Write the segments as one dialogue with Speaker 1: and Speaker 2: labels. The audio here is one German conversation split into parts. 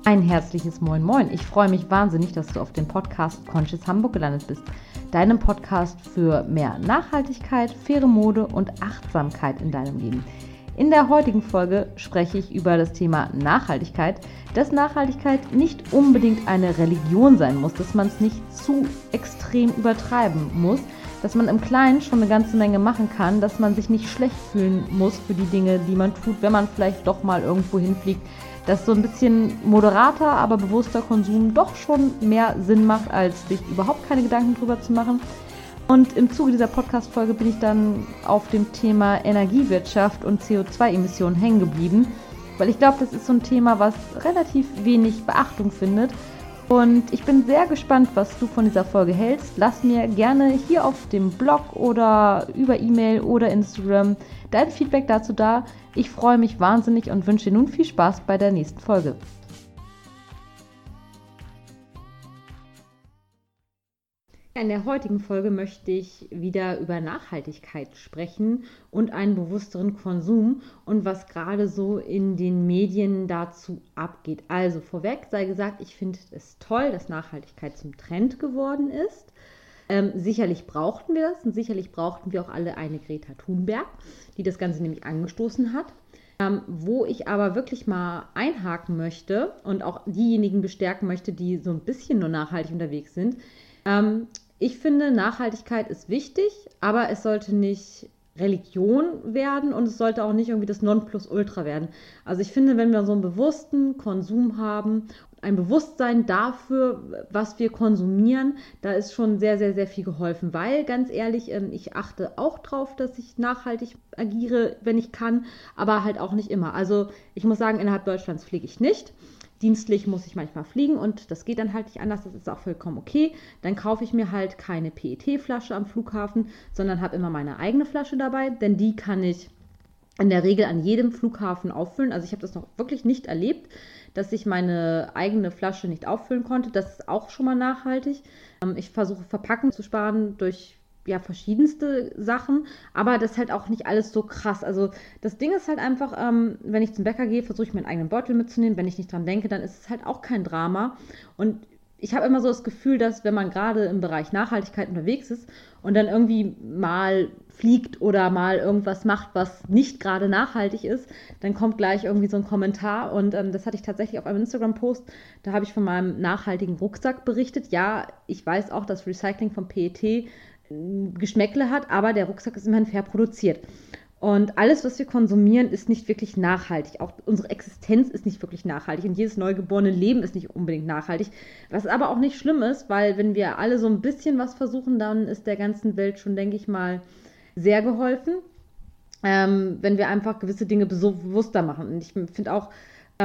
Speaker 1: Ein herzliches Moin Moin. Ich freue mich wahnsinnig, dass du auf dem Podcast Conscious Hamburg gelandet bist. Deinem Podcast für mehr Nachhaltigkeit, faire Mode und Achtsamkeit in deinem Leben. In der heutigen Folge spreche ich über das Thema Nachhaltigkeit, dass Nachhaltigkeit nicht unbedingt eine Religion sein muss, dass man es nicht zu extrem übertreiben muss, dass man im Kleinen schon eine ganze Menge machen kann, dass man sich nicht schlecht fühlen muss für die Dinge, die man tut, wenn man vielleicht doch mal irgendwo hinfliegt, dass so ein bisschen moderater, aber bewusster Konsum doch schon mehr Sinn macht, als sich überhaupt keine Gedanken drüber zu machen. Und im Zuge dieser Podcast-Folge bin ich dann auf dem Thema Energiewirtschaft und CO2-Emissionen hängen geblieben, weil ich glaube, das ist so ein Thema, was relativ wenig Beachtung findet. Und ich bin sehr gespannt, was du von dieser Folge hältst. Lass mir gerne hier auf dem Blog oder über E-Mail oder Instagram dein Feedback dazu da. Ich freue mich wahnsinnig und wünsche dir nun viel Spaß bei der nächsten Folge. In der heutigen Folge möchte ich wieder über Nachhaltigkeit sprechen und einen bewussteren Konsum und was gerade so in den Medien dazu abgeht. Also vorweg sei gesagt, ich finde es toll, dass Nachhaltigkeit zum Trend geworden ist. Sicherlich brauchten wir das und sicherlich brauchten wir auch alle eine Greta Thunberg, die das Ganze nämlich angestoßen hat. Wo ich aber wirklich mal einhaken möchte und auch diejenigen bestärken möchte, die so ein bisschen nur nachhaltig unterwegs sind. Ich finde, Nachhaltigkeit ist wichtig, aber es sollte nicht Religion werden und es sollte auch nicht irgendwie das Nonplusultra werden. Also ich finde, wenn wir so einen bewussten Konsum haben, ein Bewusstsein dafür, was wir konsumieren, da ist schon sehr, sehr, sehr viel geholfen, weil ganz ehrlich, ich achte auch drauf, dass ich nachhaltig agiere, wenn ich kann, aber halt auch nicht immer. Also ich muss sagen, innerhalb Deutschlands fliege ich nicht. Dienstlich muss ich manchmal fliegen und das geht dann halt nicht anders, das ist auch vollkommen okay. Dann kaufe ich mir halt keine PET-Flasche am Flughafen, sondern habe immer meine eigene Flasche dabei, denn die kann ich in der Regel an jedem Flughafen auffüllen. Also ich habe das noch wirklich nicht erlebt, dass ich meine eigene Flasche nicht auffüllen konnte. Das ist auch schon mal nachhaltig. Ich versuche Verpacken zu sparen durch verschiedenste Sachen, aber das ist halt auch nicht alles so krass. Also das Ding ist halt einfach, wenn ich zum Bäcker gehe, versuche ich meinen eigenen Beutel mitzunehmen. Wenn ich nicht dran denke, dann ist es halt auch kein Drama. Und ich habe immer so das Gefühl, dass wenn man gerade im Bereich Nachhaltigkeit unterwegs ist und dann irgendwie mal fliegt oder mal irgendwas macht, was nicht gerade nachhaltig ist, dann kommt gleich irgendwie so ein Kommentar und das hatte ich tatsächlich auf einem Instagram-Post, da habe ich von meinem nachhaltigen Rucksack berichtet. Ja, ich weiß auch, dass Recycling von PET Geschmäckle hat, aber der Rucksack ist immerhin fair produziert. Und alles, was wir konsumieren, ist nicht wirklich nachhaltig. Auch unsere Existenz ist nicht wirklich nachhaltig und jedes neugeborene Leben ist nicht unbedingt nachhaltig. Was aber auch nicht schlimm ist, weil wenn wir alle so ein bisschen was versuchen, dann ist der ganzen Welt schon, denke ich mal, sehr geholfen, wenn wir einfach gewisse Dinge so bewusster machen. Und ich finde auch,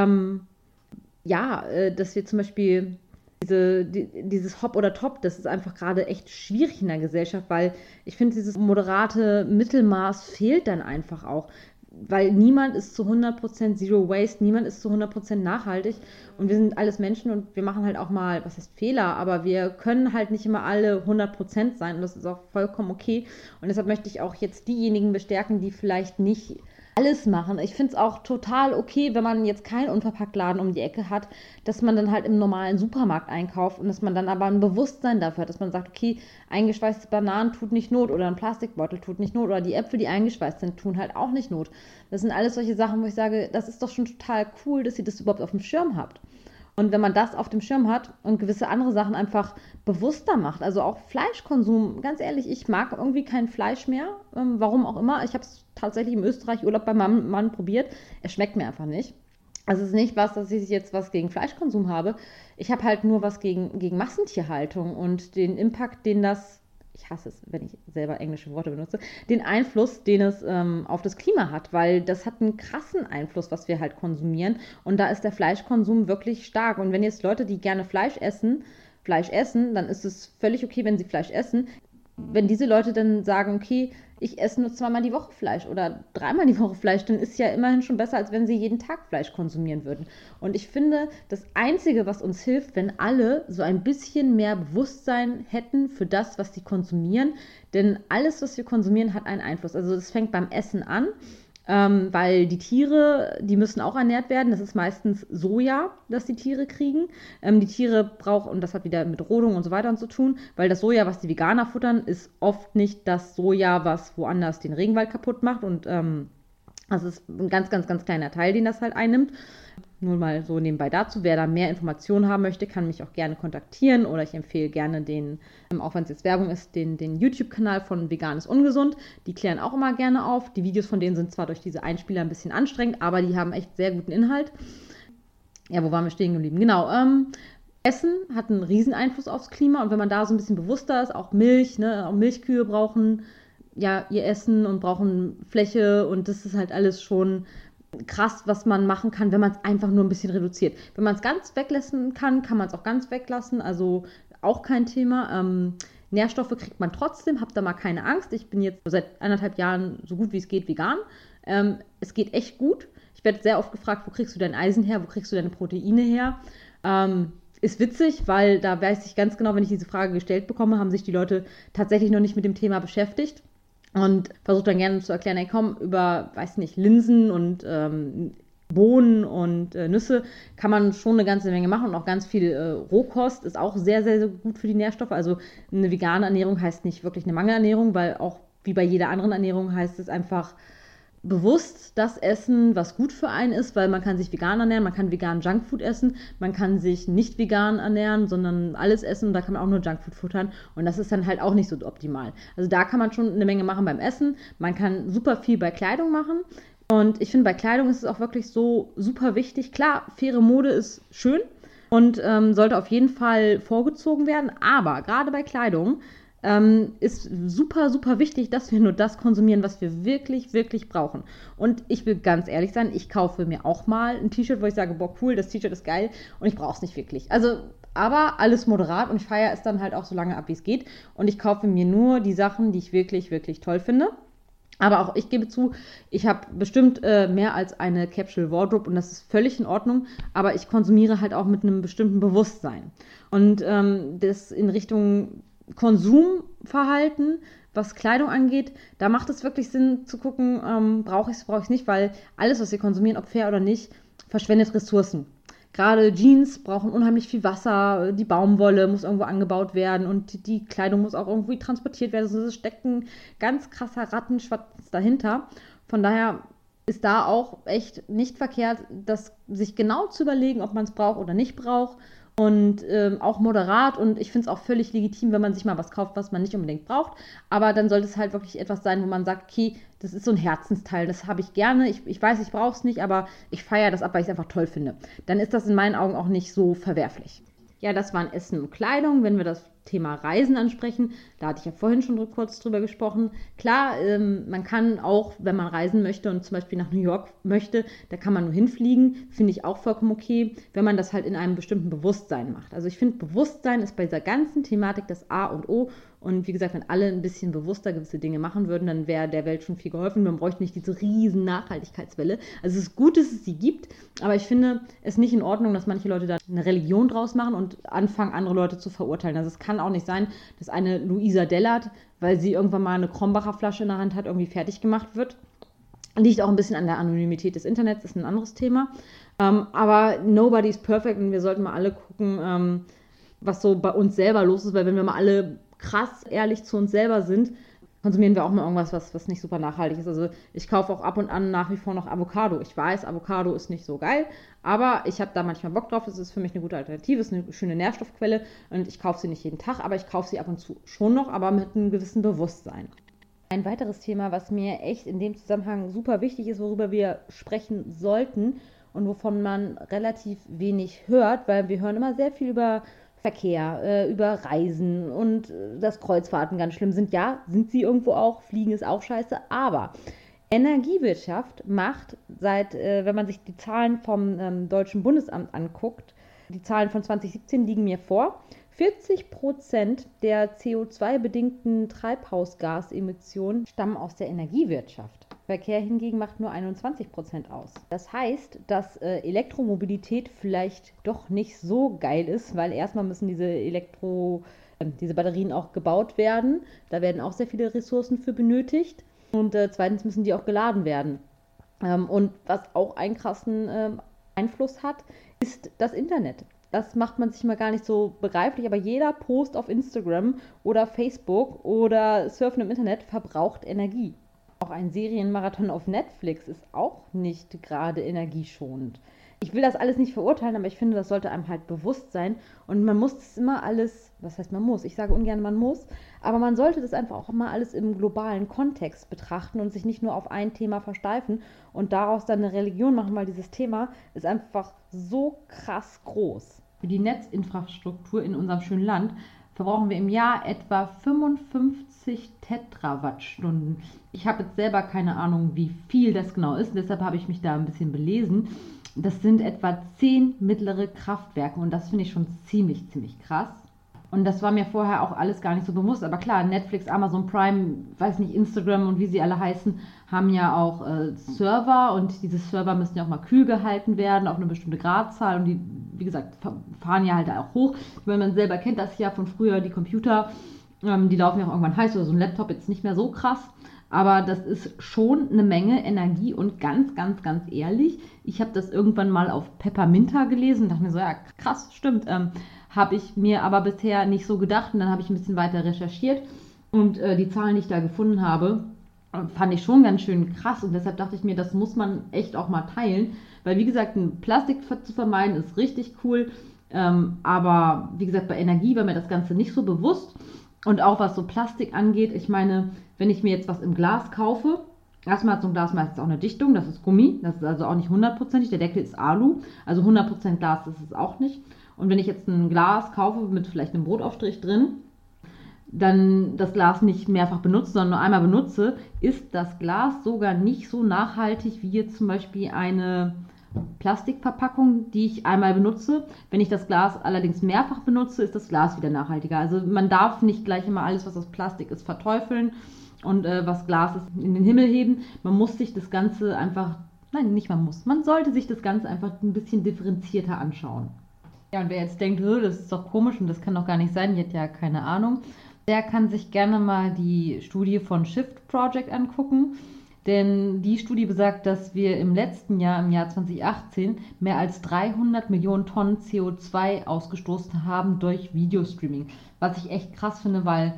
Speaker 1: dass wir zum Beispiel dieses Hop oder Top, das ist einfach gerade echt schwierig in der Gesellschaft, weil ich finde, dieses moderate Mittelmaß fehlt dann einfach auch, weil niemand ist zu 100% Zero Waste, niemand ist zu 100% nachhaltig und wir sind alles Menschen und wir machen halt auch mal, was heißt Fehler, aber wir können halt nicht immer alle 100% sein und das ist auch vollkommen okay und deshalb möchte ich auch jetzt diejenigen bestärken, die vielleicht nicht alles machen. Ich finde es auch total okay, wenn man jetzt keinen Unverpacktladen um die Ecke hat, dass man dann halt im normalen Supermarkt einkauft und dass man dann aber ein Bewusstsein dafür hat, dass man sagt, okay, eingeschweißte Bananen tut nicht Not oder ein Plastikbeutel tut nicht Not oder die Äpfel, die eingeschweißt sind, tun halt auch nicht Not. Das sind alles solche Sachen, wo ich sage, das ist doch schon total cool, dass ihr das überhaupt auf dem Schirm habt. Und wenn man das auf dem Schirm hat und gewisse andere Sachen einfach bewusster macht, also auch Fleischkonsum, ganz ehrlich, ich mag irgendwie kein Fleisch mehr, warum auch immer. Ich habe es tatsächlich im Österreich-Urlaub bei meinem Mann probiert. Es schmeckt mir einfach nicht. Also es ist nicht was, dass ich jetzt was gegen Fleischkonsum habe. Ich habe halt nur was gegen Massentierhaltung und den Impact, den das, ich hasse es, wenn ich selber englische Worte benutze, den Einfluss, den es auf das Klima hat, weil das hat einen krassen Einfluss, was wir halt konsumieren und da ist der Fleischkonsum wirklich stark und wenn jetzt Leute, die gerne Fleisch essen, dann ist es völlig okay, wenn sie Fleisch essen. Wenn diese Leute dann sagen, okay, ich esse nur 2-mal die Woche Fleisch oder 3-mal die Woche Fleisch, dann ist ja immerhin schon besser, als wenn sie jeden Tag Fleisch konsumieren würden. Und ich finde, das Einzige, was uns hilft, wenn alle so ein bisschen mehr Bewusstsein hätten für das, was sie konsumieren, denn alles, was wir konsumieren, hat einen Einfluss. Also das fängt beim Essen an. weil die Tiere, die müssen auch ernährt werden. Das ist meistens Soja, das die Tiere kriegen. Die Tiere brauchen, und das hat wieder mit Rodung und so weiter und zu tun, weil das Soja, was die Veganer futtern, ist oft nicht das Soja, was woanders den Regenwald kaputt macht. Und das ist ein ganz, ganz, ganz kleiner Teil, den das halt einnimmt. Nur mal so nebenbei dazu. Wer da mehr Informationen haben möchte, kann mich auch gerne kontaktieren oder ich empfehle gerne den, auch wenn es jetzt Werbung ist, den YouTube-Kanal von Vegan ist ungesund. Die klären auch immer gerne auf. Die Videos von denen sind zwar durch diese Einspieler ein bisschen anstrengend, aber die haben echt sehr guten Inhalt. Ja, wo waren wir stehen geblieben? Genau, Essen hat einen riesen Einfluss aufs Klima und wenn man da so ein bisschen bewusster ist, auch Milch, ne, auch Milchkühe brauchen ja ihr Essen und brauchen Fläche und das ist halt alles schon krass, was man machen kann, wenn man es einfach nur ein bisschen reduziert. Wenn man es ganz weglassen kann, kann man es auch ganz weglassen, also auch kein Thema. Nährstoffe kriegt man trotzdem, habt da mal keine Angst. Ich bin jetzt seit 1,5 Jahren so gut wie es geht vegan. Es geht echt gut. Ich werde sehr oft gefragt, wo kriegst du dein Eisen her, wo kriegst du deine Proteine her? Ist witzig, weil da weiß ich ganz genau, wenn ich diese Frage gestellt bekomme, haben sich die Leute tatsächlich noch nicht mit dem Thema beschäftigt. Und versucht dann gerne zu erklären, hey komm, über, weiß nicht, Linsen und Bohnen und Nüsse kann man schon eine ganze Menge machen und auch ganz viel Rohkost ist auch sehr, sehr, sehr gut für die Nährstoffe. Also eine vegane Ernährung heißt nicht wirklich eine Mangelernährung, weil auch wie bei jeder anderen Ernährung heißt es einfach bewusst das essen, was gut für einen ist, weil man kann sich vegan ernähren, man kann vegan Junkfood essen, man kann sich nicht vegan ernähren, sondern alles essen und da kann man auch nur Junkfood futtern und das ist dann halt auch nicht so optimal. Also da kann man schon eine Menge machen beim Essen, man kann super viel bei Kleidung machen und ich finde, bei Kleidung ist es auch wirklich so super wichtig. Klar, faire Mode ist schön und sollte auf jeden Fall vorgezogen werden, aber gerade bei Kleidung ist super, super wichtig, dass wir nur das konsumieren, was wir wirklich, wirklich brauchen. Und ich will ganz ehrlich sein, ich kaufe mir auch mal ein T-Shirt, wo ich sage, boah, cool, das T-Shirt ist geil und ich brauche es nicht wirklich. Also, aber alles moderat und ich feiere es dann halt auch so lange ab, wie es geht. Und ich kaufe mir nur die Sachen, die ich wirklich, wirklich toll finde. Aber auch ich gebe zu, ich habe bestimmt mehr als eine Capsule Wardrobe und das ist völlig in Ordnung, aber ich konsumiere halt auch mit einem bestimmten Bewusstsein. Und das in Richtung Konsumverhalten, was Kleidung angeht, da macht es wirklich Sinn zu gucken, brauche ich es nicht, weil alles, was wir konsumieren, ob fair oder nicht, verschwendet Ressourcen. Gerade Jeans brauchen unheimlich viel Wasser, die Baumwolle muss irgendwo angebaut werden und die Kleidung muss auch irgendwie transportiert werden. Also es steckt ein ganz krasser Rattenschwanz dahinter. Von daher ist da auch echt nicht verkehrt, das sich genau zu überlegen, ob man es braucht oder nicht braucht. Und auch moderat und ich finde es auch völlig legitim, wenn man sich mal was kauft, was man nicht unbedingt braucht. Aber dann sollte es halt wirklich etwas sein, wo man sagt, okay, das ist so ein Herzensteil, das habe ich gerne. Ich weiß, ich brauche es nicht, aber ich feiere das ab, weil ich es einfach toll finde. Dann ist das in meinen Augen auch nicht so verwerflich. Ja, das waren Essen und Kleidung. Wenn wir das Thema Reisen ansprechen, da hatte ich ja vorhin schon kurz drüber gesprochen. Klar, man kann auch, wenn man reisen möchte und zum Beispiel nach New York möchte, da kann man nur hinfliegen. Finde ich auch vollkommen okay, wenn man das halt in einem bestimmten Bewusstsein macht. Also ich finde, Bewusstsein ist bei dieser ganzen Thematik das A und O. Und wie gesagt, wenn alle ein bisschen bewusster gewisse Dinge machen würden, dann wäre der Welt schon viel geholfen. Man bräuchte nicht diese riesen Nachhaltigkeitswelle. Also es ist gut, dass es sie gibt, aber ich finde es nicht in Ordnung, dass manche Leute da eine Religion draus machen und anfangen, andere Leute zu verurteilen. Also es kann auch nicht sein, dass eine Luisa Dellert, weil sie irgendwann mal eine Krombacher Flasche in der Hand hat, irgendwie fertig gemacht wird. Liegt auch ein bisschen an der Anonymität des Internets, ist ein anderes Thema. Aber nobody is perfect und wir sollten mal alle gucken, was so bei uns selber los ist, weil wenn wir mal alle krass ehrlich zu uns selber sind, konsumieren wir auch mal irgendwas, was nicht super nachhaltig ist. Also ich kaufe auch ab und an nach wie vor noch Avocado. Ich weiß, Avocado ist nicht so geil, aber ich habe da manchmal Bock drauf. Es ist für mich eine gute Alternative, es ist eine schöne Nährstoffquelle und ich kaufe sie nicht jeden Tag, aber ich kaufe sie ab und zu schon noch, aber mit einem gewissen Bewusstsein. Ein weiteres Thema, was mir echt in dem Zusammenhang super wichtig ist, worüber wir sprechen sollten und wovon man relativ wenig hört, weil wir hören immer sehr viel über Verkehr, über Reisen und dass Kreuzfahrten ganz schlimm sind. Ja, sind sie irgendwo auch, Fliegen ist auch scheiße, aber Energiewirtschaft macht wenn man sich die Zahlen vom Deutschen Bundesamt anguckt, die Zahlen von 2017 liegen mir vor, 40% der CO2-bedingten Treibhausgasemissionen stammen aus der Energiewirtschaft. Verkehr hingegen macht nur 21% aus. Das heißt, dass Elektromobilität vielleicht doch nicht so geil ist, weil erstmal müssen diese Batterien auch gebaut werden. Da werden auch sehr viele Ressourcen für benötigt. Und zweitens müssen die auch geladen werden. Und was auch einen krassen Einfluss hat, ist das Internet. Das macht man sich mal gar nicht so begreiflich, aber jeder Post auf Instagram oder Facebook oder Surfen im Internet verbraucht Energie. Auch ein Serienmarathon auf Netflix ist auch nicht gerade energieschonend. Ich will das alles nicht verurteilen, aber ich finde, das sollte einem halt bewusst sein. Und man muss das immer alles, was heißt man muss? Ich sage ungern, man muss, aber man sollte das einfach auch mal alles im globalen Kontext betrachten und sich nicht nur auf ein Thema versteifen und daraus dann eine Religion machen, weil dieses Thema ist einfach so krass groß. Für die Netzinfrastruktur in unserem schönen Land verbrauchen wir im Jahr etwa 55 Tetrawattstunden. Ich habe jetzt selber keine Ahnung, wie viel das genau ist, deshalb habe ich mich da ein bisschen belesen. Das sind etwa 10 mittlere Kraftwerke und das finde ich schon ziemlich, ziemlich krass. Und das war mir vorher auch alles gar nicht so bewusst. Aber klar, Netflix, Amazon Prime, weiß nicht, Instagram und wie sie alle heißen, haben ja auch Server und diese Server müssen ja auch mal kühl gehalten werden auf eine bestimmte Gradzahl und die, wie gesagt, fahren ja halt auch hoch. Wenn man selber kennt das ja von früher, die Computer, die laufen ja auch irgendwann heiß oder so ein Laptop jetzt nicht mehr so krass. Aber das ist schon eine Menge Energie und ganz, ganz, ganz ehrlich, ich habe das irgendwann mal auf Pepperminta gelesen und dachte mir so, ja krass, stimmt, habe ich mir aber bisher nicht so gedacht und dann habe ich ein bisschen weiter recherchiert und die Zahlen, die ich da gefunden habe, fand ich schon ganz schön krass und deshalb dachte ich mir, das muss man echt auch mal teilen, weil wie gesagt, ein Plastik zu vermeiden ist richtig cool, aber wie gesagt, bei Energie war mir das Ganze nicht so bewusst. Und auch was so Plastik angeht, ich meine, wenn ich mir jetzt was im Glas kaufe, erstmal hat so ein Glas meistens auch eine Dichtung, das ist Gummi, das ist also auch nicht hundertprozentig, der Deckel ist Alu, also 100% Glas ist es auch nicht. Und wenn ich jetzt ein Glas kaufe mit vielleicht einem Brotaufstrich drin, dann das Glas nicht mehrfach benutze, sondern nur einmal benutze, ist das Glas sogar nicht so nachhaltig wie jetzt zum Beispiel eine Plastikverpackung, die ich einmal benutze. Wenn ich das Glas allerdings mehrfach benutze, ist das Glas wieder nachhaltiger. Also man darf nicht gleich immer alles, was aus Plastik ist, verteufeln und was Glas ist, in den Himmel heben. Man muss sich das Ganze einfach, nein, nicht man muss, man sollte sich das Ganze einfach ein bisschen differenzierter anschauen. Ja, und wer jetzt denkt, das ist doch komisch und das kann doch gar nicht sein, die hat ja keine Ahnung, der kann sich gerne mal die Studie von Shift Project angucken. Denn die Studie besagt, dass wir im letzten Jahr, im Jahr 2018, mehr als 300 Millionen Tonnen CO2 ausgestoßen haben durch Videostreaming. Was ich echt krass finde, weil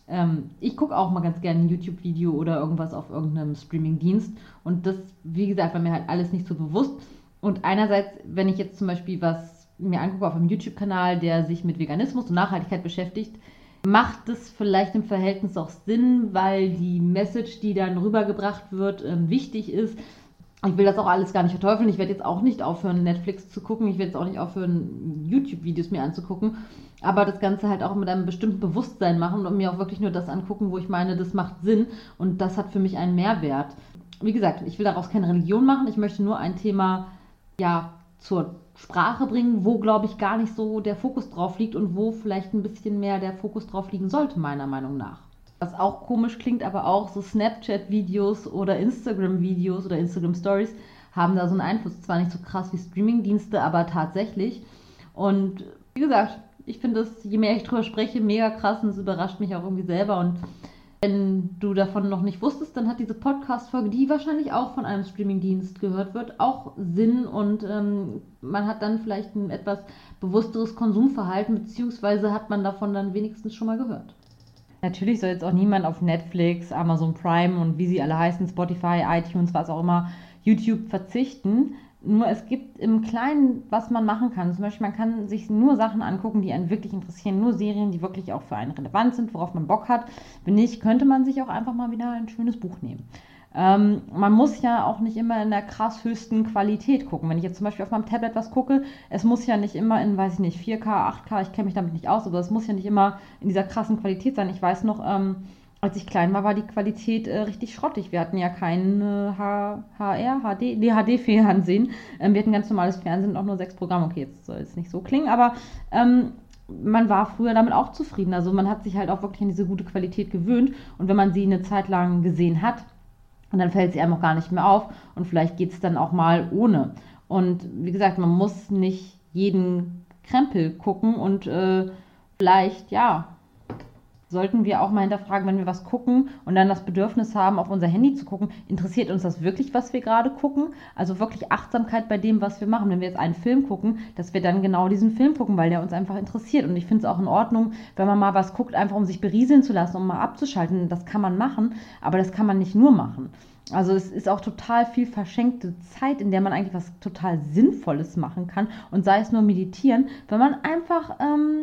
Speaker 1: ich gucke auch mal ganz gerne ein YouTube-Video oder irgendwas auf irgendeinem Streaming-Dienst. Und das, wie gesagt, war mir halt alles nicht so bewusst. Und einerseits, wenn ich jetzt zum Beispiel was mir angucke auf einem YouTube-Kanal, der sich mit Veganismus und Nachhaltigkeit beschäftigt, macht es vielleicht im Verhältnis auch Sinn, weil die Message, die dann rübergebracht wird, wichtig ist. Ich will das auch alles gar nicht verteufeln. Ich werde jetzt auch nicht aufhören, Netflix zu gucken. Ich werde jetzt auch nicht aufhören, YouTube-Videos mir anzugucken. Aber das Ganze halt auch mit einem bestimmten Bewusstsein machen und mir auch wirklich nur das angucken, wo ich meine, das macht Sinn. Und das hat für mich einen Mehrwert. Wie gesagt, ich will daraus keine Religion machen. Ich möchte nur ein Thema, ja, zur Sprache bringen, wo, glaube ich, gar nicht so der Fokus drauf liegt und wo vielleicht ein bisschen mehr der Fokus drauf liegen sollte, meiner Meinung nach. Was auch komisch klingt, aber auch so Snapchat-Videos oder Instagram-Videos oder Instagram-Stories haben da so einen Einfluss. Zwar nicht so krass wie Streaming-Dienste, aber tatsächlich. Und wie gesagt, ich finde es, je mehr ich drüber spreche, mega krass und es überrascht mich auch irgendwie selber. Und wenn du davon noch nicht wusstest, dann hat diese Podcast-Folge, die wahrscheinlich auch von einem Streamingdienst gehört wird, auch Sinn und man hat dann vielleicht ein etwas bewussteres Konsumverhalten, beziehungsweise hat man davon dann wenigstens schon mal gehört. Natürlich soll jetzt auch niemand auf Netflix, Amazon Prime und wie sie alle heißen, Spotify, iTunes, was auch immer, YouTube verzichten. Nur es gibt im Kleinen, was man machen kann. Zum Beispiel, man kann sich nur Sachen angucken, die einen wirklich interessieren, nur Serien, die wirklich auch für einen relevant sind, worauf man Bock hat. Wenn nicht, könnte man sich auch einfach mal wieder ein schönes Buch nehmen. Man muss ja auch nicht immer in der krass höchsten Qualität gucken. Wenn ich jetzt zum Beispiel auf meinem Tablet was gucke, es muss ja nicht immer in, weiß ich nicht, 4K, 8K, ich kenne mich damit nicht aus, aber es muss ja nicht immer in dieser krassen Qualität sein. Ich weiß noch, als ich klein war, war die Qualität richtig schrottig. Wir hatten ja kein HD-Fernsehen. Wir hatten ganz normales Fernsehen und auch nur 6 Programme. Okay, jetzt soll es nicht so klingen, aber man war früher damit auch zufrieden. Also man hat sich halt auch wirklich an diese gute Qualität gewöhnt. Und wenn man sie eine Zeit lang gesehen hat, und dann fällt sie einem auch gar nicht mehr auf. Und vielleicht geht es dann auch mal ohne. Und wie gesagt, man muss nicht jeden Krempel gucken und vielleicht, ja, sollten wir auch mal hinterfragen, wenn wir was gucken und dann das Bedürfnis haben, auf unser Handy zu gucken, interessiert uns das wirklich, was wir gerade gucken? Also wirklich Achtsamkeit bei dem, was wir machen. Wenn wir jetzt einen Film gucken, dass wir dann genau diesen Film gucken, weil der uns einfach interessiert. Und ich finde es auch in Ordnung, wenn man mal was guckt, einfach um sich berieseln zu lassen, um mal abzuschalten. Das kann man machen, aber das kann man nicht nur machen. Also es ist auch total viel verschenkte Zeit, in der man eigentlich was total Sinnvolles machen kann. Und sei es nur meditieren, wenn man einfach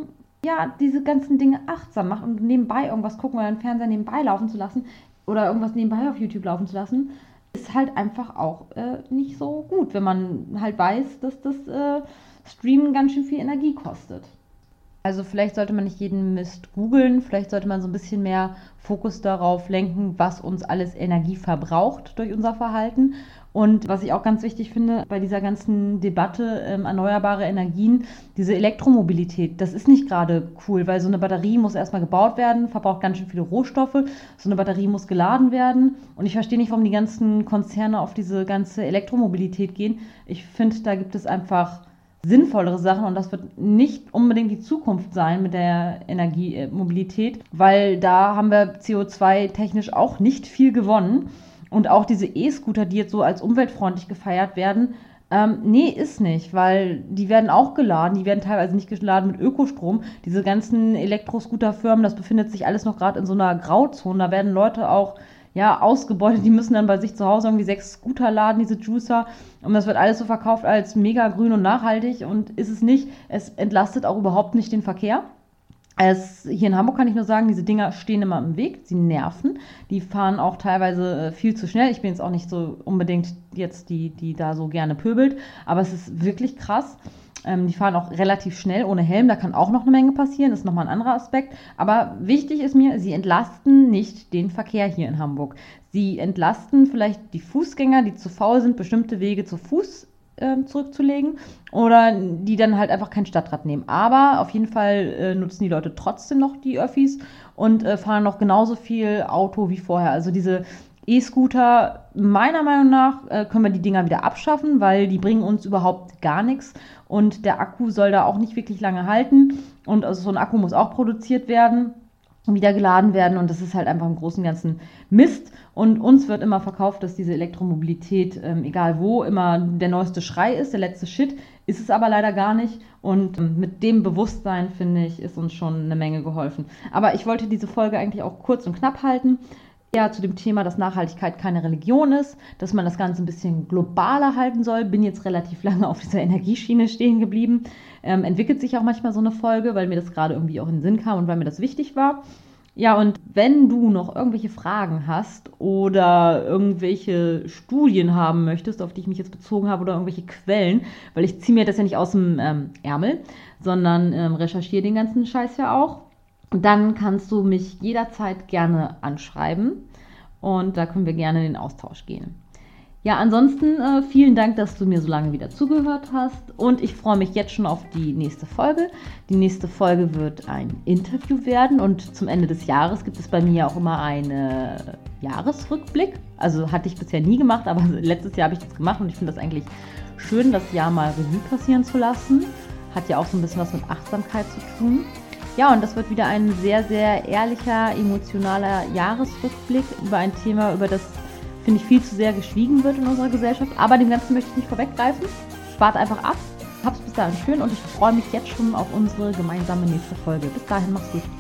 Speaker 1: diese ganzen Dinge achtsam macht und nebenbei irgendwas gucken oder den Fernseher nebenbei laufen zu lassen oder irgendwas nebenbei auf YouTube laufen zu lassen, ist halt einfach auch nicht so gut, wenn man halt weiß, dass das Streamen ganz schön viel Energie kostet. Also vielleicht sollte man nicht jeden Mist googeln, vielleicht sollte man so ein bisschen mehr Fokus darauf lenken, was uns alles Energie verbraucht durch unser Verhalten. Und was ich auch ganz wichtig finde bei dieser ganzen Debatte erneuerbare Energien, diese Elektromobilität, das ist nicht gerade cool, weil so eine Batterie muss erstmal gebaut werden, verbraucht ganz schön viele Rohstoffe, so eine Batterie muss geladen werden und ich verstehe nicht, warum die ganzen Konzerne auf diese ganze Elektromobilität gehen. Ich finde, da gibt es einfach sinnvollere Sachen und das wird nicht unbedingt die Zukunft sein mit der Energiemobilität, weil da haben wir CO2-technisch auch nicht viel gewonnen. Und auch diese E-Scooter, die jetzt so als umweltfreundlich gefeiert werden, nee, ist nicht, weil die werden auch geladen, die werden teilweise nicht geladen mit Ökostrom. Diese ganzen Elektroscooter-Firmen, das befindet sich alles noch gerade in so einer Grauzone, da werden Leute auch ausgebeutet, die müssen dann bei sich zu Hause irgendwie 6 Scooter laden, diese Juicer, und das wird alles so verkauft als mega grün und nachhaltig und ist es nicht. Es entlastet auch überhaupt nicht den Verkehr. Hier in Hamburg kann ich nur sagen, diese Dinger stehen immer im Weg, sie nerven, die fahren auch teilweise viel zu schnell. Ich bin jetzt auch nicht so unbedingt jetzt die da so gerne pöbelt, aber es ist wirklich krass. Die fahren auch relativ schnell ohne Helm, da kann auch noch eine Menge passieren, das ist nochmal ein anderer Aspekt. Aber wichtig ist mir, sie entlasten nicht den Verkehr hier in Hamburg. Sie entlasten vielleicht die Fußgänger, die zu faul sind, bestimmte Wege zu Fuß zurückzulegen oder die dann halt einfach kein Stadtrad nehmen. Aber auf jeden Fall nutzen die Leute trotzdem noch die Öffis und fahren noch genauso viel Auto wie vorher. Also diese E-Scooter, meiner Meinung nach, können wir die Dinger wieder abschaffen, weil die bringen uns überhaupt gar nichts und der Akku soll da auch nicht wirklich lange halten und also so ein Akku muss auch produziert werden, wieder geladen werden und das ist halt einfach im Großen und Ganzen Mist und uns wird immer verkauft, dass diese Elektromobilität, egal wo, immer der neueste Schrei ist, der letzte Shit, ist es aber leider gar nicht und mit dem Bewusstsein, finde ich, ist uns schon eine Menge geholfen. Aber ich wollte diese Folge eigentlich auch kurz und knapp halten. Ja, zu dem Thema, dass Nachhaltigkeit keine Religion ist, dass man das Ganze ein bisschen globaler halten soll. Bin jetzt relativ lange auf dieser Energieschiene stehen geblieben. Entwickelt sich auch manchmal so eine Folge, weil mir das gerade irgendwie auch in den Sinn kam und weil mir das wichtig war. Ja, und wenn du noch irgendwelche Fragen hast oder irgendwelche Studien haben möchtest, auf die ich mich jetzt bezogen habe oder irgendwelche Quellen, weil ich ziehe mir das ja nicht aus dem Ärmel, sondern recherchiere den ganzen Scheiß ja auch. Und dann kannst du mich jederzeit gerne anschreiben und da können wir gerne in den Austausch gehen. Ja, ansonsten vielen Dank, dass du mir so lange wieder zugehört hast und ich freue mich jetzt schon auf die nächste Folge. Die nächste Folge wird ein Interview werden und zum Ende des Jahres gibt es bei mir auch immer einen Jahresrückblick. Also hatte ich bisher nie gemacht, aber letztes Jahr habe ich das gemacht und ich finde das eigentlich schön, das Jahr mal Revue passieren zu lassen. Hat ja auch so ein bisschen was mit Achtsamkeit zu tun. Ja, und das wird wieder ein sehr, sehr ehrlicher, emotionaler Jahresrückblick über ein Thema, über das, finde ich, viel zu sehr geschwiegen wird in unserer Gesellschaft. Aber dem Ganzen möchte ich nicht vorweggreifen. Warte einfach ab. Hab's bis dahin schön und ich freue mich jetzt schon auf unsere gemeinsame nächste Folge. Bis dahin, mach's gut.